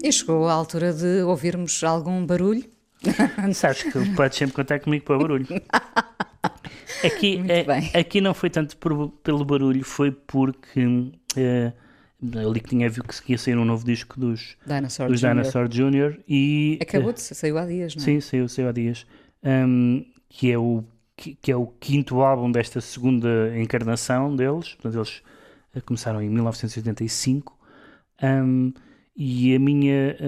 E chegou a altura de ouvirmos algum barulho? Sabes que podes sempre contar comigo para o barulho. Aqui não foi tanto pelo barulho, foi porque eu li que tinha visto que ia sair um novo disco dos Dinosaur Jr. e acabou de saiu há dias, não é? Sim, saiu há dias. Que é o quinto álbum desta segunda encarnação deles. Portanto, eles começaram em 1985. E a minha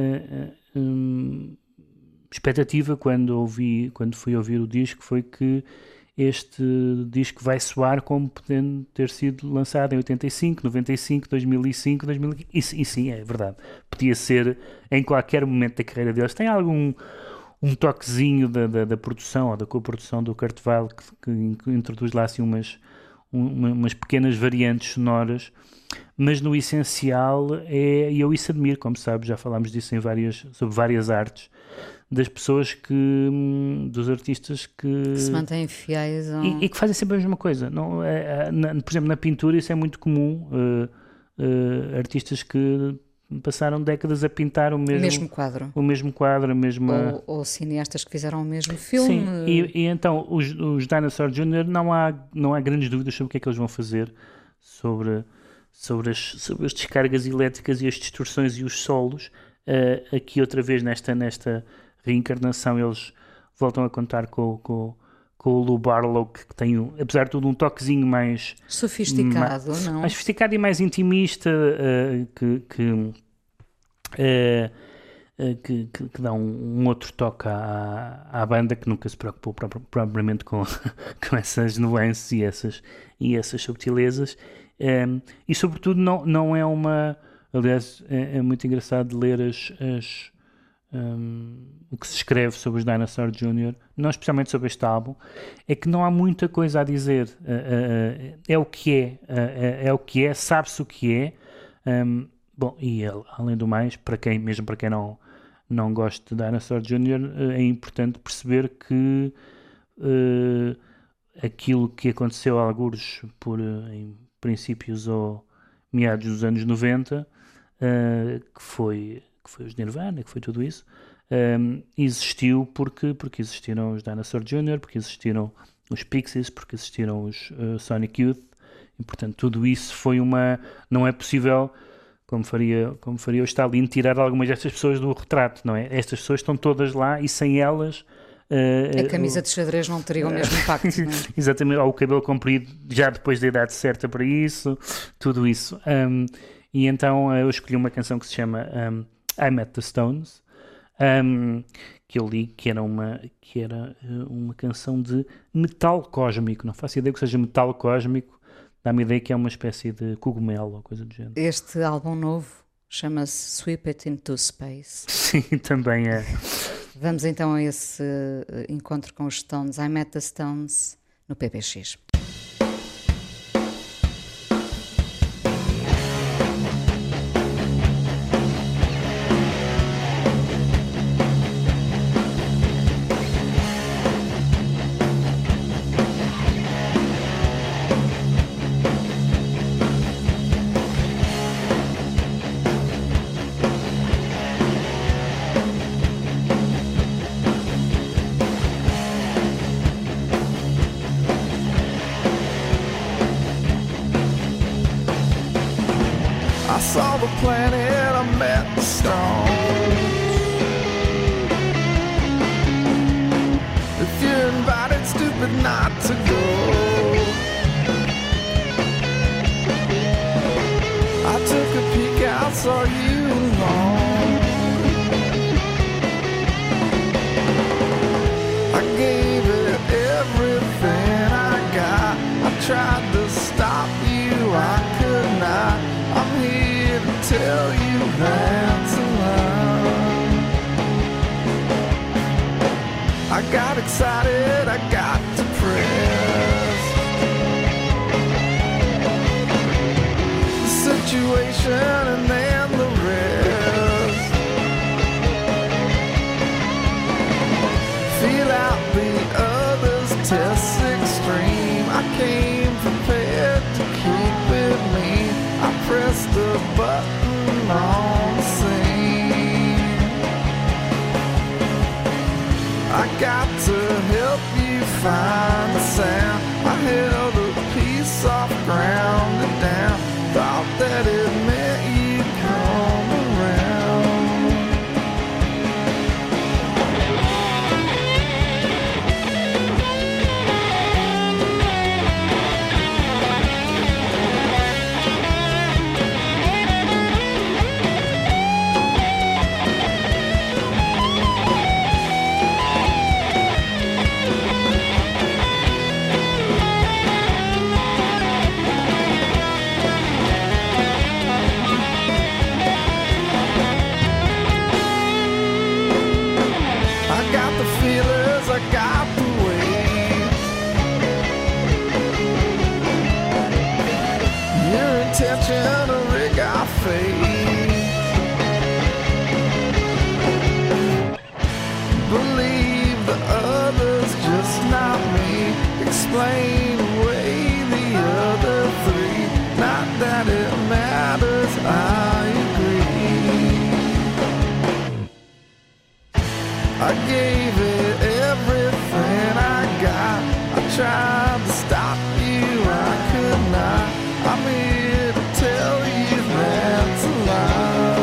expectativa quando fui ouvir o disco foi que este disco vai soar como podendo ter sido lançado em 85, 95, 2005, 2000. E sim, é verdade. Podia ser em qualquer momento da carreira deles. Tem algum um toquezinho da produção ou da coprodução do Kurt Weill que introduz lá assim umas pequenas variantes sonoras, mas no essencial e eu isso admiro, como sabes, já falámos disso sobre várias artes, das pessoas dos artistas que se mantêm fiéis e que fazem sempre a mesma coisa. Não, por exemplo, na pintura isso é muito comum, artistas que passaram décadas a pintar o mesmo quadro, a mesma... Ou cineastas que fizeram o mesmo filme. Sim, e então os Dinosaur Jr. não há grandes dúvidas sobre o que é que eles vão fazer sobre as descargas elétricas e as distorções e os solos. Aqui outra vez nesta reencarnação eles voltam a contar com o Lou Barlow, que tem, apesar de tudo, um toquezinho mais sofisticado, não? Mais sofisticado e mais intimista, que dá um outro toque à banda, que nunca se preocupou propriamente com essas nuances e essas subtilezas, e sobretudo não é uma... Aliás, é muito engraçado ler o que se escreve sobre os Dinosaur Jr., não especialmente sobre este álbum, é que não há muita coisa a dizer. É o que é, sabe-se o que é. Bom, e além do mais, mesmo para quem não gosta de Dinosaur Jr., é importante perceber que aquilo que aconteceu a algures em princípios ou meados dos anos 90, que foi os Nirvana, que foi tudo isso, existiu porque existiram os Dinosaur Jr., porque existiram os Pixies, porque existiram os Sonic Youth, e portanto tudo isso foi não é possível, como faria o Stalin, tirar algumas destas pessoas do retrato, não é? Estas pessoas estão todas lá e sem elas... a camisa de xadrez não teria o mesmo impacto, não é? Exatamente, ou o cabelo comprido já depois da idade certa para isso, tudo isso. E então eu escolhi uma canção que se chama I Met the Stones, que eu li que era uma canção de metal cósmico. Não faço ideia que seja metal cósmico, dá-me a ideia que é uma espécie de cogumelo ou coisa do género. Este álbum novo chama-se Sweep It Into Space. Sim, também é. Vamos então a esse encontro com os Stones. I Met the Stones no PBX. Saw the planet, I met the stones. If you're invited, stupid not to go. I took a peek out, saw you alone. I gave it everything I got. I tried to stop you, I could not. I'm here to tell you that's a lie. I got excited, I got depressed. The situation and then the rest. Feel out the others, test extreme. I came prepared to keep it mean. I pressed the button on the scene. I got to help you find the sound. I held a piece off ground and down. Thought that it meant you'd come around. I got the weight. Your intention to rig our fate. Believe the others, just not me. Explain away the other three. Not that it matters, I agree. I gave it everything I got. I tried to stop you, I could not. I'm here to tell you that's a lie.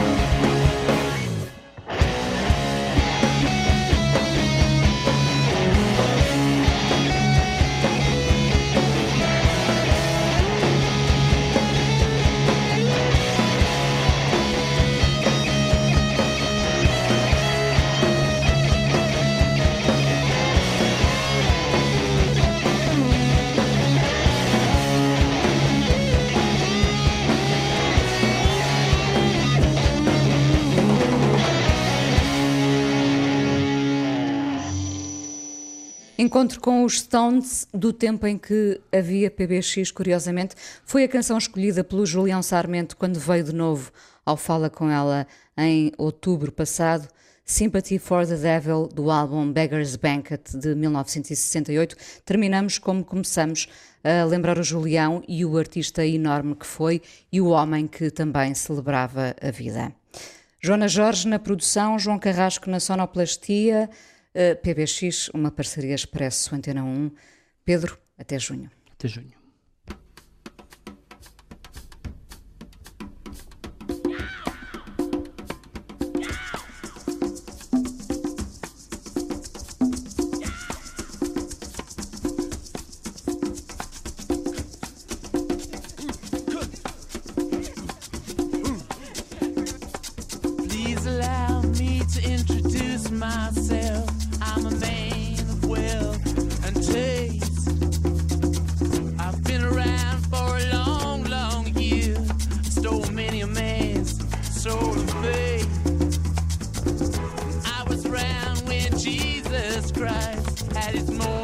Encontro com os Stones, do tempo em que havia PBX, curiosamente, foi a canção escolhida pelo Julião Sarmento quando veio de novo ao Fala Com Ela em outubro passado. Sympathy for the Devil, do álbum Beggar's Banquet de 1968. Terminamos como começamos, a lembrar o Julião e o artista enorme que foi e o homem que também celebrava a vida. Joana Jorge na produção, João Carrasco na sonoplastia, PBX, uma parceria Expresso Antena 1. Pedro, até junho. Até junho. Please allow me to introduce myself. I'm a man of wealth and taste. I've been around for a long, long year. Stole many a man's soul of faith. I was around when Jesus Christ had his moment.